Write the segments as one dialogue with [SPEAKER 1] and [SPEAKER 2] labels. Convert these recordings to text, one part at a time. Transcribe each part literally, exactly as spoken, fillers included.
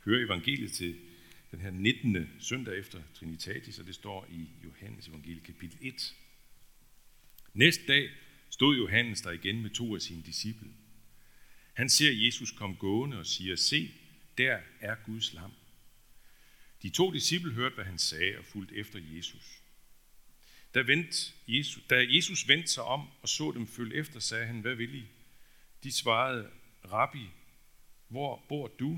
[SPEAKER 1] høre evangeliet til den her nittende søndag efter Trinitatis, og det står i Johannes evangeliet kapitel et. Næste dag stod Johannes der igen med to af sine disciple. Han ser Jesus komme gående og siger, se, der er Guds lam. De to disciple hørte, hvad han sagde og fulgte efter Jesus. Da, vendte Jesus, da Jesus vendte sig om og så dem følge efter, sagde han, hvad vil I? De svarede, Rabbi, hvor bor du?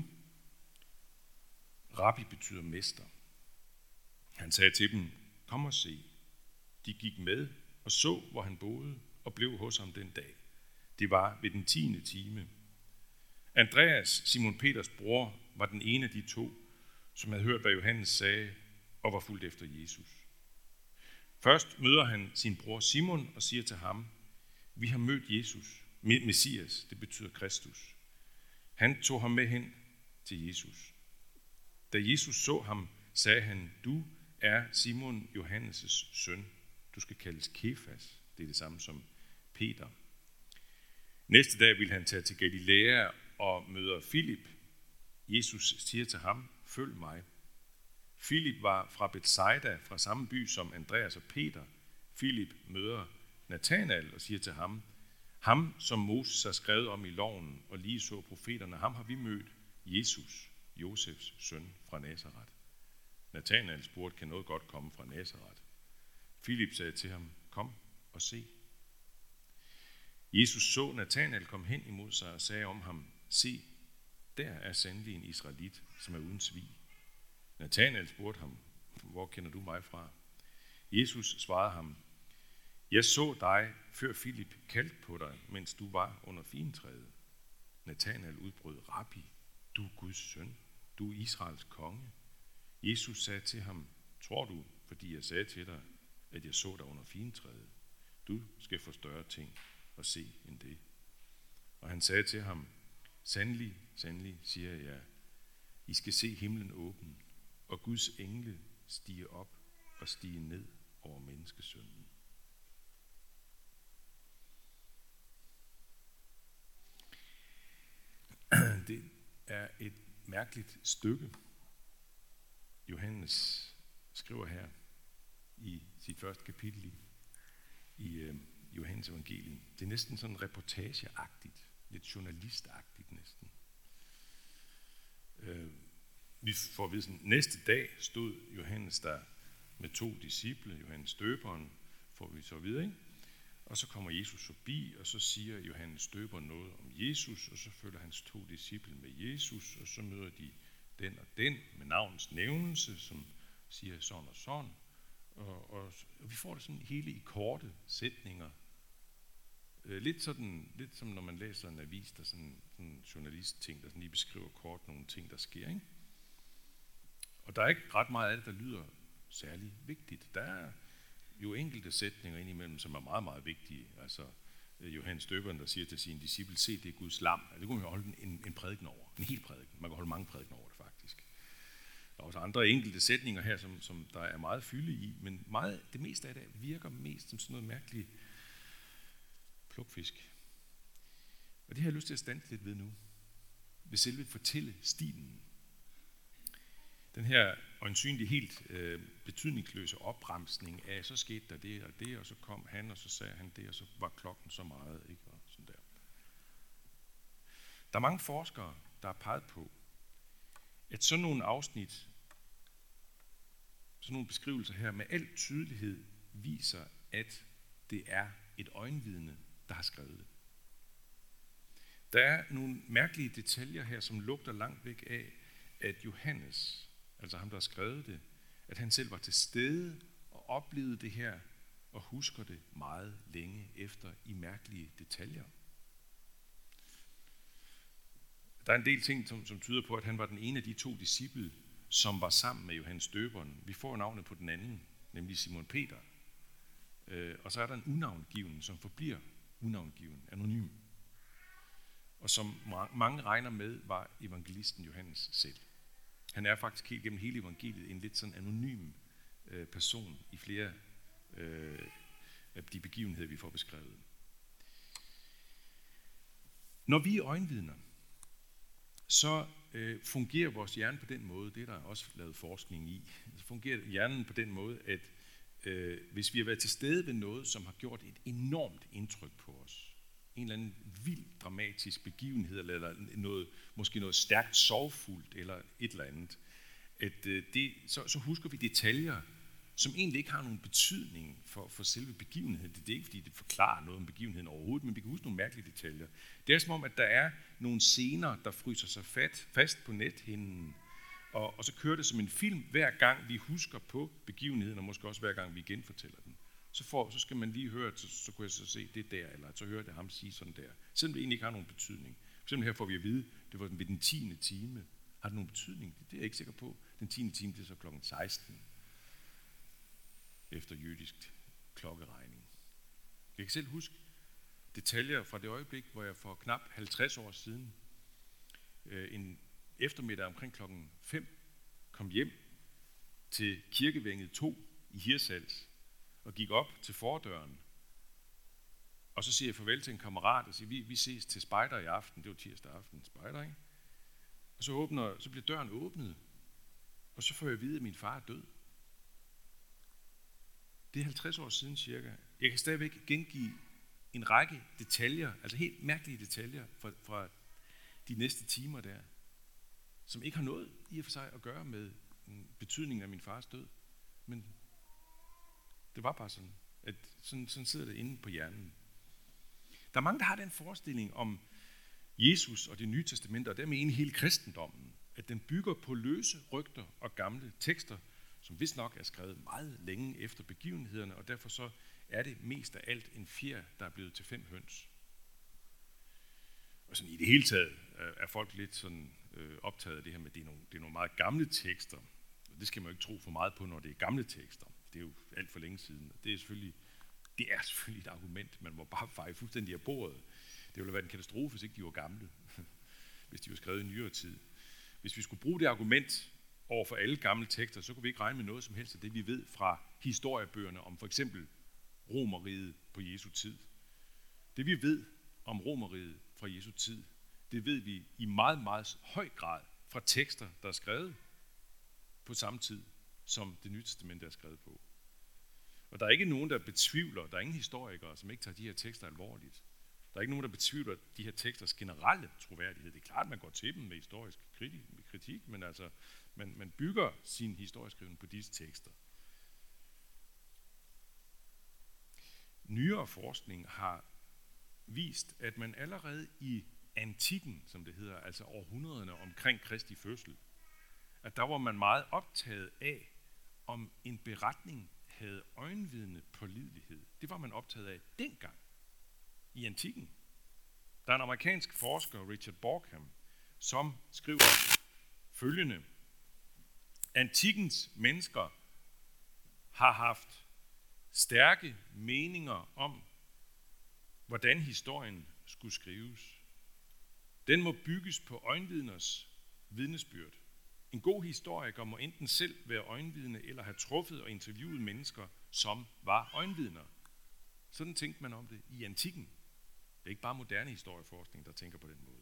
[SPEAKER 1] Rabbi betyder mester. Han sagde til dem, kom og se. De gik med og så, hvor han boede, og blev hos ham den dag. Det var ved den tiende time. Andreas, Simon Peters bror, var den ene af de to, som havde hørt, hvad Johannes sagde, og var fulgt efter Jesus. Først møder han sin bror Simon og siger til ham, vi har mødt Jesus, Messias, det betyder Kristus. Han tog ham med hen til Jesus. Da Jesus så ham, sagde han, du er Simon Johannes' søn. Du skal kaldes Kefas. Det er det samme som Peter. Næste dag vil han tage til Galilea og møder Filip. Jesus siger til ham, følg mig. Filip var fra Bethsaida, fra samme by som Andreas og Peter. Filip møder Nathanael og siger til ham, ham som Moses har skrevet om i loven og lige så profeterne, ham har vi mødt, Jesus, Josefs søn fra Nazaret. Nathanael spurgte, kan noget godt komme fra Nazaret? Filip sagde til ham, kom og se. Jesus så Nathanael komme hen imod sig og sagde om ham, se, der er sandelig en israelit, som er uden svig. Nathanael spurgte ham, hvor kender du mig fra? Jesus svarede ham, jeg så dig, før Filip kaldte på dig, mens du var under figentræet. Nathanael udbrød, Rabbi, du er Guds søn, du er Israels konge. Jesus sagde til ham, tror du, fordi jeg sagde til dig, at jeg så dig under figentræet? Du skal få større ting at se end det. Og han sagde til ham, sandelig, sandelig, siger jeg, I skal se himlen åben, og Guds engle stige op og stige ned over menneskesønnen. Det er et mærkeligt stykke, Johannes skriver her i sit første kapitel i, i øh, Johannes evangeliet. Det er næsten sådan reportageagtigt, lidt journalistagtigt næsten. Øh, vi får at vide sådan, næste dag stod Johannes der med to disciple, Johannes døberen, får vi så videre, ikke? Og så kommer Jesus forbi, og så siger Johannes døberen noget om Jesus, og så følger hans to disciple med Jesus, og så møder de den og den med navnets nævnelse, som siger sådan og sådan. Og, og, og vi får det sådan hele i korte sætninger. Øh, lidt sådan, lidt som når man læser en avis, der sådan en journalist-ting, der sådan lige beskriver kort nogle ting, der sker, ikke? Og der er ikke ret meget af det, der lyder særlig vigtigt. Der er jo enkelte sætninger indimellem, som er meget, meget vigtige. Altså Johannes døberen, der siger til sine disciple, se, det er Guds lam. Altså, det kunne man holde en, en prædiken over. En hel prædiken. Man kan holde mange prædikener over det, faktisk. Der er også andre enkelte sætninger her, som, som der er meget fylde i, men meget, det meste af det virker mest som sådan noget mærkeligt plukfisk. Og det har jeg lyst til at stands lidt ved nu. Ved selve fortællestilen. Den her øjensynligt helt øh, betydningsløse opremsning af, så skete der det og det, og så kom han, og så sagde han det, og så var klokken så meget, ikke? Og sådan der. Der er mange forskere, der har peget på, at sådan nogle afsnit, sådan nogle beskrivelser her, med al tydelighed viser, at det er et øjenvidne, der har skrevet det. Der er nogle mærkelige detaljer her, som lugter langt væk af, at Johannes, altså ham, der har skrevet det, at han selv var til stede og oplevede det her, og husker det meget længe efter i mærkelige detaljer. Der er en del ting, som, som tyder på, at han var den ene af de to disciple, som var sammen med Johannes døberen. Vi får navnet på den anden, nemlig Simon Peter. Øh, og så er der en unavngiven, som forbliver unavngiven, anonym. Og som mange regner med, var evangelisten Johannes selv. Han er faktisk helt gennem hele evangeliet en lidt sådan anonym øh, person i flere øh, af de begivenheder, vi får beskrevet. Når vi er øjenvidner, så øh, fungerer vores hjerne på den måde, det er der også lavet forskning i, altså fungerer hjernen på den måde, at øh, hvis vi har været til stede ved noget, som har gjort et enormt indtryk på os, en eller anden vild dramatisk begivenhed, eller noget, måske noget stærkt sorgfuldt, eller et eller andet, at øh, det, så, så husker vi detaljer, som egentlig ikke har nogen betydning for, for selve begivenheden. Det er ikke, fordi det forklarer noget om begivenheden overhovedet, men vi kan huske nogle mærkelige detaljer. Det er som om, at der er nogle scener, der fryser sig fat, fast på nethinden, og, og så kører det som en film, hver gang vi husker på begivenheden, og måske også hver gang vi genfortæller den. Så, for, så skal man lige høre, så, så kunne jeg så se det der, eller så hører det ham sige sådan der. Selvom det egentlig ikke har nogen betydning. For eksempel her får vi at vide, det var ved den tiende time. Har det nogen betydning? Det er jeg ikke sikker på. Den tiende time, det er så klokken seksten. Efter jødisk klokkeregning. Jeg kan selv huske detaljer fra det øjeblik, hvor jeg for knap halvtreds år siden, øh, en eftermiddag omkring klokken fem, kom hjem til Kirkevænget to i Hirtshals, og gik op til fordøren, og så siger jeg farvel til en kammerat, og siger, vi, vi ses til spejder i aften. Det var tirsdag aften, spejder, ikke? Og så, åbner, så bliver døren åbnet, og så får jeg at vide, at min far er død. Det er halvtreds år siden cirka. Jeg kan stadigvæk gengive en række detaljer, altså helt mærkelige detaljer fra, fra de næste timer der, som ikke har noget i og for sig at gøre med betydningen af min fars død. Men det var bare sådan, at sådan, sådan sidder det inde på hjernen. Der er mange, der har den forestilling om Jesus og det nye testamente, og dermed egentlig hele kristendommen, at den bygger på løse rygter og gamle tekster, som vist nok er skrevet meget længe efter begivenhederne, og derfor så er det mest af alt en fjer, der er blevet til fem høns. Og sådan i det hele taget er folk lidt sådan øh, optaget af det her med, at det er, nogle, det er nogle meget gamle tekster. Og det skal man jo ikke tro for meget på, når det er gamle tekster. Det er jo alt for længe siden. Og det er selvfølgelig, det er selvfølgelig et argument, man må bare feje fuldstændig af bordet. Det ville være en katastrofe, hvis ikke de var gamle, hvis de var skrevet i nyere tid. Hvis vi skulle bruge det argument over for alle gamle tekster, så kunne vi ikke regne med noget som helst af det, vi ved fra historiebøgerne om for eksempel Romerriget på Jesu tid. Det vi ved om Romerriget fra Jesu tid, det ved vi i meget, meget høj grad fra tekster, der er skrevet på samme tid, som det nye testamente er skrevet på. Og der er ikke nogen, der betvivler, der er ingen historikere, som ikke tager de her tekster alvorligt. Der er ikke nogen, der betvivler de her teksters generelle troværdighed. Det er klart, at man går til dem med historisk kritik, men altså, man, man bygger sin historieskrivning på disse tekster. Nyere forskning har vist, at man allerede i antikken, som det hedder, altså århundrederne omkring Kristi fødsel, at der var man meget optaget af, om en beretning havde øjenvidne pålidelighed. Det var man optaget af dengang, i antikken. Der er en amerikansk forsker, Richard Borkham, som skriver følgende: antikkens mennesker har haft stærke meninger om, hvordan historien skulle skrives. Den må bygges på øjenvidners vidnesbyrd. En god historiker må enten selv være øjenvidne, eller have truffet og interviewet mennesker, som var øjenvidner. Sådan tænkte man om det i antikken. Det er ikke bare moderne historieforskning, der tænker på den måde.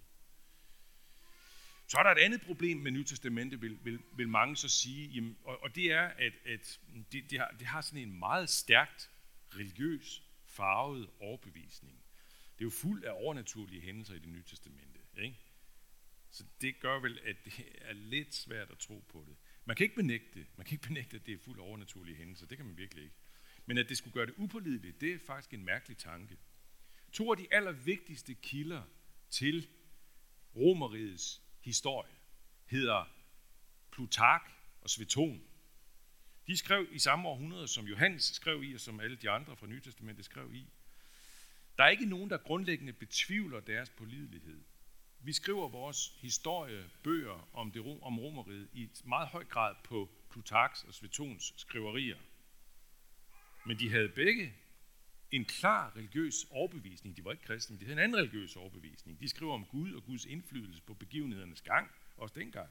[SPEAKER 1] Så er der et andet problem med Nye Testamente, vil, vil, vil mange så sige, jamen, og, og det er, at, at det, det, har, det har sådan en meget stærkt religiøs farvet overbevisning. Det er jo fuld af overnaturlige hændelser i det Nye Testamente, ikke? Så det gør vel, at det er lidt svært at tro på det. Man kan ikke benægte det. Man kan ikke benægte, at det er fuld af overnaturlige hændelser. Det kan man virkelig ikke. Men at det skulle gøre det upålideligt, det er faktisk en mærkelig tanke. To af de allervigtigste kilder til Romerrigets historie hedder Plutark og Sveton. De skrev i samme århundrede, som Johannes skrev i, og som alle de andre fra Nye Testamentet skrev i. Der er ikke nogen, der grundlæggende betvivler deres pålidelighed. Vi skriver vores historiebøger om, det, om Romerriget i meget høj grad på Plutarks og Svetons skriverier. Men de havde begge en klar religiøs overbevisning. De var ikke kristne, men de havde en anden religiøs overbevisning. De skriver om Gud og Guds indflydelse på begivenhedernes gang, også dengang.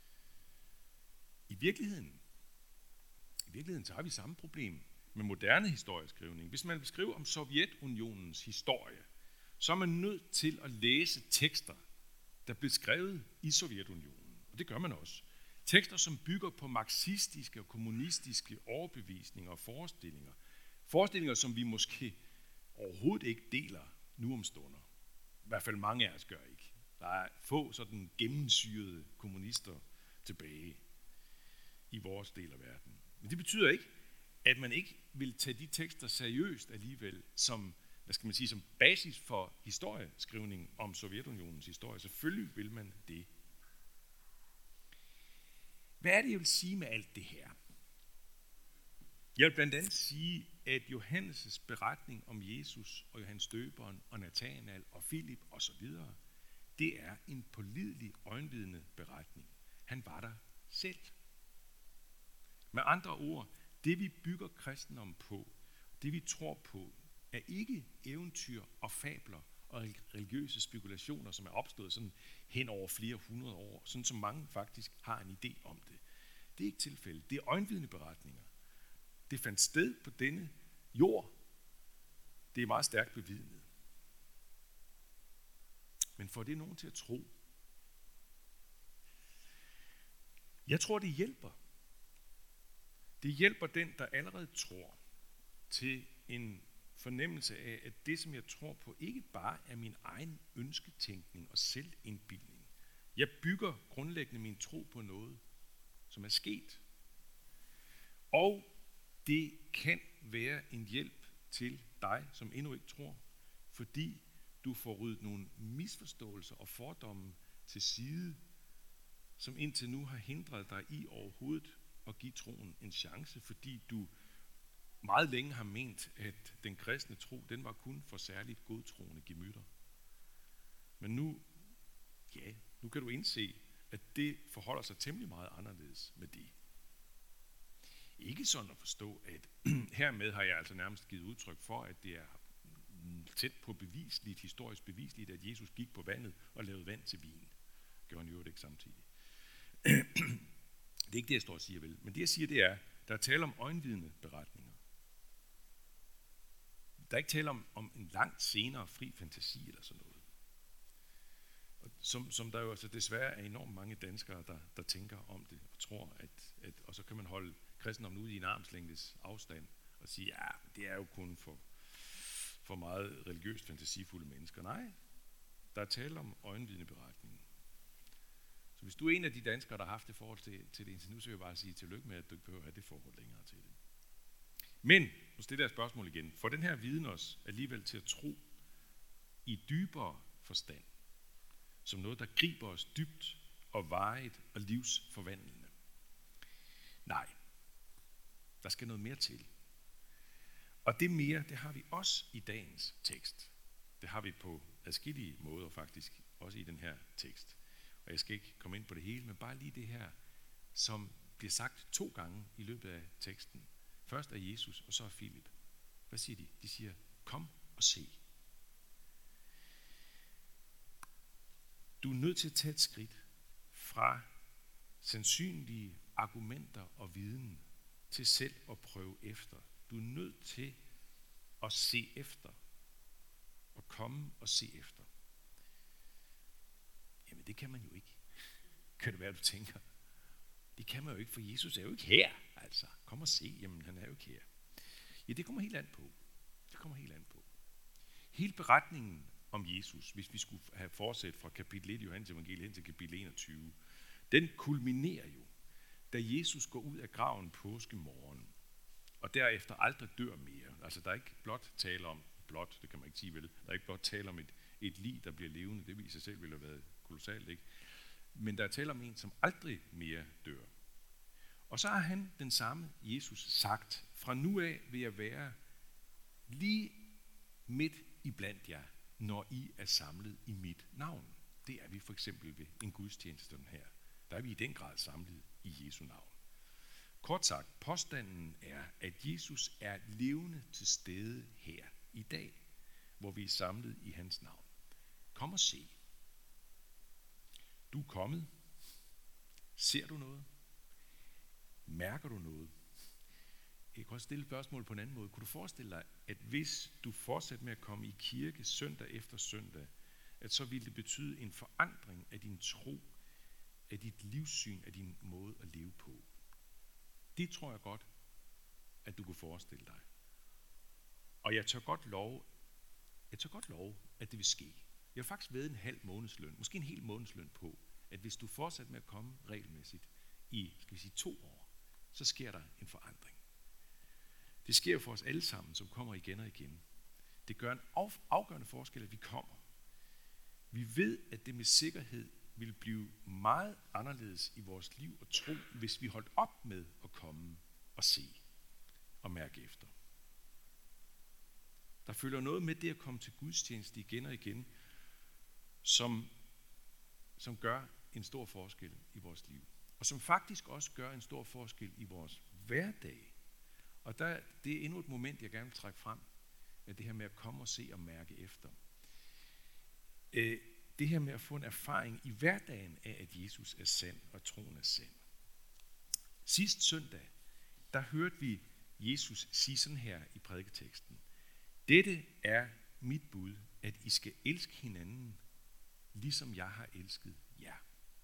[SPEAKER 1] I virkeligheden, i virkeligheden så har vi samme problem med moderne historieskrivning. Hvis man vil skrive om Sovjetunionens historie, så er man nødt til at læse tekster, der blev skrevet i Sovjetunionen. Og det gør man også. Tekster, som bygger på marxistiske og kommunistiske overbevisninger og forestillinger. Forestillinger, som vi måske overhovedet ikke deler nu om stunder. I hvert fald mange af os gør ikke. Der er få sådan gennemsyrede kommunister tilbage i vores del af verden. Men det betyder ikke, at man ikke vil tage de tekster seriøst alligevel som, hvad skal man sige, som basis for historieskrivning om Sovjetunionens historie. Selvfølgelig vil man det. Hvad er det, jeg vil sige med alt det her? Jeg vil blandt andet sige, at Johannes' beretning om Jesus og Johannes Døberen og Nathanael og Filip osv., det er en pålidelig, øjenvidende beretning. Han var der selv. Med andre ord, det vi bygger kristendom på, det vi tror på, er ikke eventyr og fabler og religiøse spekulationer, som er opstået sådan hen over flere hundrede år, sådan som mange faktisk har en idé om det. Det er ikke tilfældet. Det er øjenvidende beretninger. Det fandt sted på denne jord. Det er meget stærkt bevidnet. Men får det nogen til at tro? Jeg tror, det hjælper. Det hjælper den, der allerede tror, til en fornemmelse af, at det, som jeg tror på, ikke bare er min egen ønsketænkning og selvindbildning. Jeg bygger grundlæggende min tro på noget, som er sket. Og det kan være en hjælp til dig, som endnu ikke tror, fordi du får ryddet nogle misforståelser og fordomme til side, som indtil nu har hindret dig i overhovedet at give troen en chance, fordi du meget længe har ment, at den kristne tro, den var kun for særligt godtroende gemytter. Men nu, ja, nu kan du indse, at det forholder sig temmelig meget anderledes med det. Ikke sådan at forstå, at hermed har jeg altså nærmest givet udtryk for, at det er tæt på bevisligt, historisk bevisligt, at Jesus gik på vandet og lavede vand til vin. Gjorde han jo ikke samtidig. Det er ikke det, jeg står og siger vel. Men det, jeg siger, det er, der er tale om øjenvidende beretninger. Der er ikke tale om, om en langt senere fri fantasi eller sådan noget. Og som, som der jo altså desværre er enormt mange danskere, der, der tænker om det og tror, at, at og så kan man holde kristendommen ude i en armslængdes afstand og sige, ja, det er jo kun for, for meget religiøst fantasifulde mennesker. Nej, der er tale om øjenvidende beretninger. Så hvis du er en af de danskere, der har haft det forhold til, til det indtil nu, så vil jeg bare sige tillykke med, at du ikke behøver at have det forhold længere til det. Men, nu stiller jeg spørgsmål igen. Får den her viden os alligevel til at tro i dybere forstand, som noget, der griber os dybt og varigt og livsforvandlende? Nej, der skal noget mere til. Og det mere, det har vi også i dagens tekst. Det har vi på adskillige måder faktisk, også i den her tekst. Og jeg skal ikke komme ind på det hele, men bare lige det her, som bliver sagt to gange i løbet af teksten. Først er Jesus, og så er Filip. Hvad siger de? De siger, kom og se. Du er nødt til at tage et skridt fra sandsynlige argumenter og viden til selv at prøve efter. Du er nødt til at se efter. Og komme og se efter. Jamen det kan man jo ikke. Kan det være, du tænker? Det kan man jo ikke, for Jesus er jo ikke her. Altså, kom og se, jamen han er jo ikke her. Ja, det kommer helt an på. Det kommer helt an på. Hele beretningen om Jesus, hvis vi skulle have fortsat fra kapitel et i Johannes evangeliet hen til kapitel enogtyve, den kulminerer jo, da Jesus går ud af graven påskemorgen, og derefter aldrig dør mere. Altså, der er ikke blot tale om, blot, det kan man ikke sige vel, der er ikke blot tale om et, et lig, der bliver levende, det i sig selv ville have været kolossalt, ikke? Men der er tale om en, som aldrig mere dør. Og så har han, den samme Jesus, sagt, fra nu af vil jeg være lige midt i blandt jer, når I er samlet i mit navn. Det er vi for eksempel ved en gudstjeneste her. Der er vi i den grad samlet i Jesu navn. Kort sagt, påstanden er, at Jesus er levende til stede her i dag, hvor vi er samlet i hans navn. Kom og se. Du er kommet. Ser du noget? Mærker du noget? Jeg kan også stille et spørgsmål på en anden måde. Kunne du forestille dig, at hvis du fortsætter med at komme i kirke søndag efter søndag, at så ville det betyde en forandring af din tro af dit livssyn, af din måde at leve på. Det tror jeg godt, at du kunne forestille dig. Og jeg tør godt love, jeg tør godt love, at det vil ske. Jeg har faktisk ved en halv månedsløn, måske en hel månedsløn på, at hvis du fortsætter med at komme regelmæssigt i, skal vi sige, to år, så sker der en forandring. Det sker for os alle sammen, som kommer igen og igen. Det gør en afgørende forskel, at vi kommer. Vi ved, at det med sikkerhed vil blive meget anderledes i vores liv og tro, hvis vi holdt op med at komme og se og mærke efter. Der følger noget med det at komme til gudstjeneste igen og igen, som, som gør en stor forskel i vores liv. Og som faktisk også gør en stor forskel i vores hverdag. Og der, det er endnu et moment, jeg gerne vil trække frem, at det her med at komme og se og mærke efter. Øh, det her med at få en erfaring i hverdagen af, at Jesus er sand, og troen er sand. Sidste søndag, der hørte vi Jesus sige sådan her i prædiketeksten. Dette er mit bud, at I skal elske hinanden, ligesom jeg har elsket jer.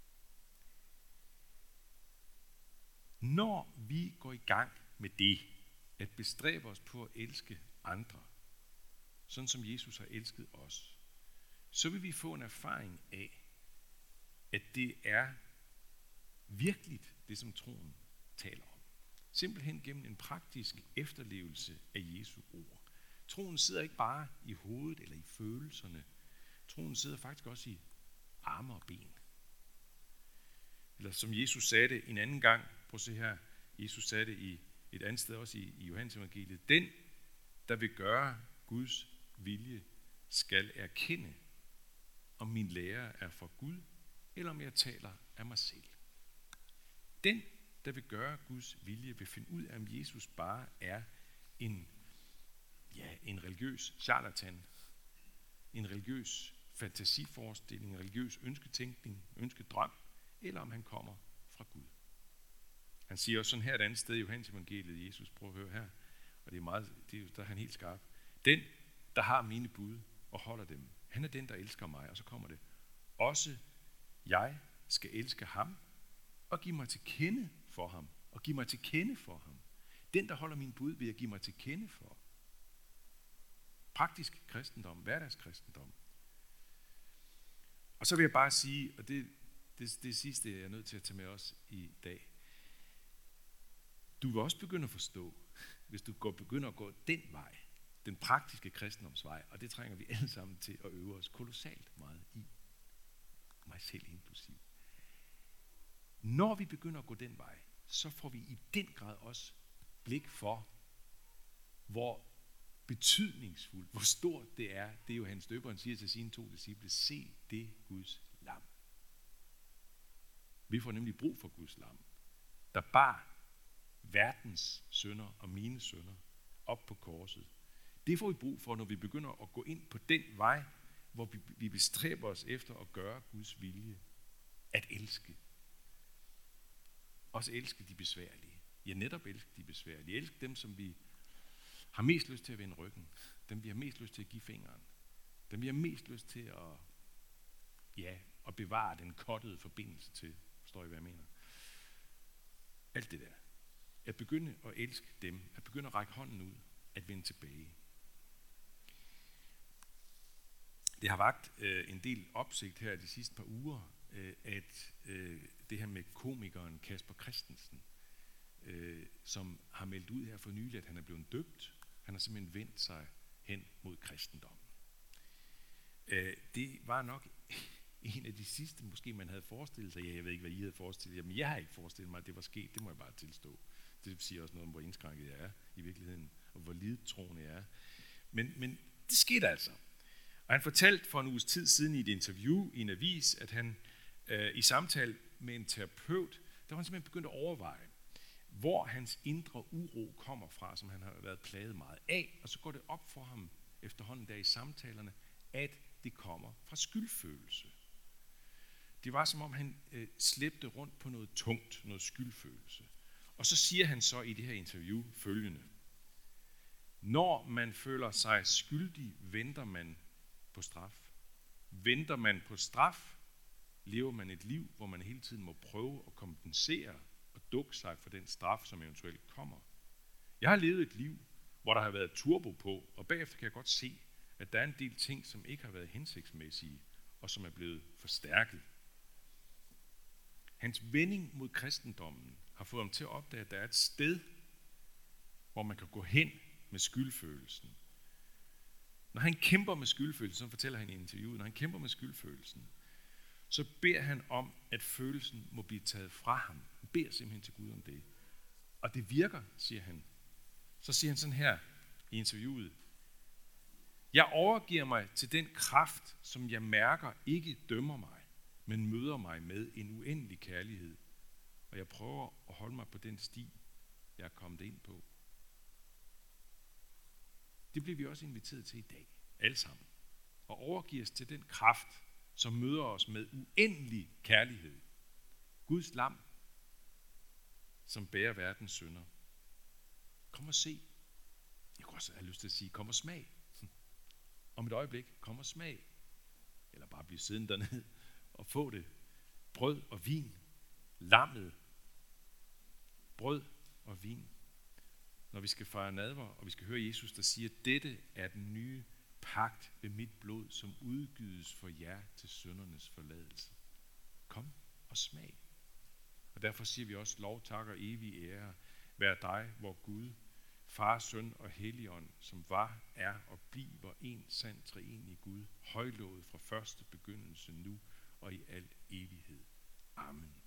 [SPEAKER 1] Når vi går i gang med det, at bestræbe os på at elske andre, sådan som Jesus har elsket os, så vil vi få en erfaring af, at det er virkeligt det, som troen taler om. Simpelthen gennem en praktisk efterlevelse af Jesu ord. Troen sidder ikke bare i hovedet eller i følelserne. Troen sidder faktisk også i arme og ben. Eller som Jesus sagde det en anden gang, prøv at se her, Jesus sagde det i et andet sted også i, i Johannes evangeliet. Den, der vil gøre Guds vilje, skal erkende, om min lærer er fra Gud, eller om jeg taler af mig selv. Den, der vil gøre Guds vilje, vil finde ud af, om Jesus bare er en, ja, en religiøs charlatan, en religiøs fantasiforestilling, en religiøs ønsketænkning, ønskedrøm, eller om han kommer fra Gud. Han siger også sådan her et andet sted i Johannes evangeliet, Jesus, prøv at høre her, og det er meget, det er, der er han helt skarp. Den, der har mine bud og holder dem, han er den, der elsker mig, og så kommer det. Også jeg skal elske ham og give mig til kende for ham, og give mig til kende for ham. Den, der holder mine bud, vil jeg give mig til kende for. Praktisk kristendom, hverdagskristendom. Og så vil jeg bare sige, og det, det, det sidste, jeg er nødt til at tage med os i dag. Du vil også begynde at forstå, hvis du går, begynder at gå den vej, den praktiske kristendomsvej, og det trænger vi alle sammen til at øve os kolossalt meget i. Mig selv inklusiv. Når vi begynder at gå den vej, så får vi i den grad også blik for, hvor betydningsfuldt, hvor stort det er, det Johannes Døberen siger til sine to disciple, se det Guds lam. Vi får nemlig brug for Guds lam, der bar verdens synder og mine synder op på korset. Det får vi brug for, når vi begynder at gå ind på den vej, hvor vi, vi bestræber os efter at gøre Guds vilje, at elske. Også elske de besværlige. Ja, netop elske de besværlige. Elske dem, som vi har mest lyst til at vende ryggen. Dem, vi har mest lyst til at give fingeren. Dem, vi har mest lyst til at, ja, at bevare den kottede forbindelse til. Forstår I, hvad jeg mener? Alt det der. At begynde at elske dem. At begynde at række hånden ud. At vende tilbage. Det har vakt øh, en del opsigt her de sidste par uger, øh, at øh, det her med komikeren Kasper Christensen, øh, som har meldt ud her for nylig, at han er blevet døbt. Han har simpelthen vendt sig hen mod kristendommen. Øh, det var nok en af de sidste, måske man havde forestillet sig. Ja, jeg ved ikke, hvad I havde forestillet jer, men jeg har ikke forestillet mig, at det var sket. Det må jeg bare tilstå. Det siger også noget om, hvor indskrænket jeg er i virkeligheden, og hvor lidet troende jeg er. Men, men det skete altså. Og han fortalte for en uges tid siden i et interview i en avis, at han øh, i samtale med en terapeut, der var han simpelthen begyndt at overveje, hvor hans indre uro kommer fra, som han har været plaget meget af. Og så går det op for ham efterhånden der i samtalerne, at det kommer fra skyldfølelse. Det var som om han øh, slæbte rundt på noget tungt, noget skyldfølelse. Og så siger han så i det her interview følgende. Når man føler sig skyldig, venter man på straf. Venter man på straf, lever man et liv, hvor man hele tiden må prøve at kompensere og dukke sig for den straf, som eventuelt kommer. Jeg har levet et liv, hvor der har været turbo på, og bagefter kan jeg godt se, at der er en del ting, som ikke har været hensigtsmæssige, og som er blevet forstærket. Hans vending mod kristendommen har fået ham til at opdage, at der er et sted, hvor man kan gå hen med skyldfølelsen. Når han kæmper med skyldfølelsen, så fortæller han i interviewet, når han kæmper med skyldfølelsen, så beder han om, at følelsen må blive taget fra ham. Han beder simpelthen til Gud om det. Og det virker, siger han. Så siger han sådan her i interviewet: jeg overgiver mig til den kraft, som jeg mærker ikke dømmer mig, men møder mig med en uendelig kærlighed. Og jeg prøver at holde mig på den sti, jeg er kommet ind på. Det bliver vi også inviteret til i dag, alle sammen. Og overgive os til den kraft, som møder os med uendelig kærlighed. Guds lam, som bærer verdens synder. Kom og se. Jeg kunne også have lyst til at sige, kom og smag. Om et øjeblik, kom og smag. Eller bare blive siddende dernede og få det. Brød og vin. Lammet. Brød og vin. Når vi skal fejre nadver, og vi skal høre Jesus, der siger, dette er den nye pagt ved mit blod, som udgydes for jer til syndernes forladelse. Kom og smag. Og derfor siger vi også, lov, tak og evig ære, vær dig, vor Gud, Far, Søn og Helligånd, som var, er og bliver en sand treenig Gud, højlovet fra første begyndelse nu og i al evighed. Amen.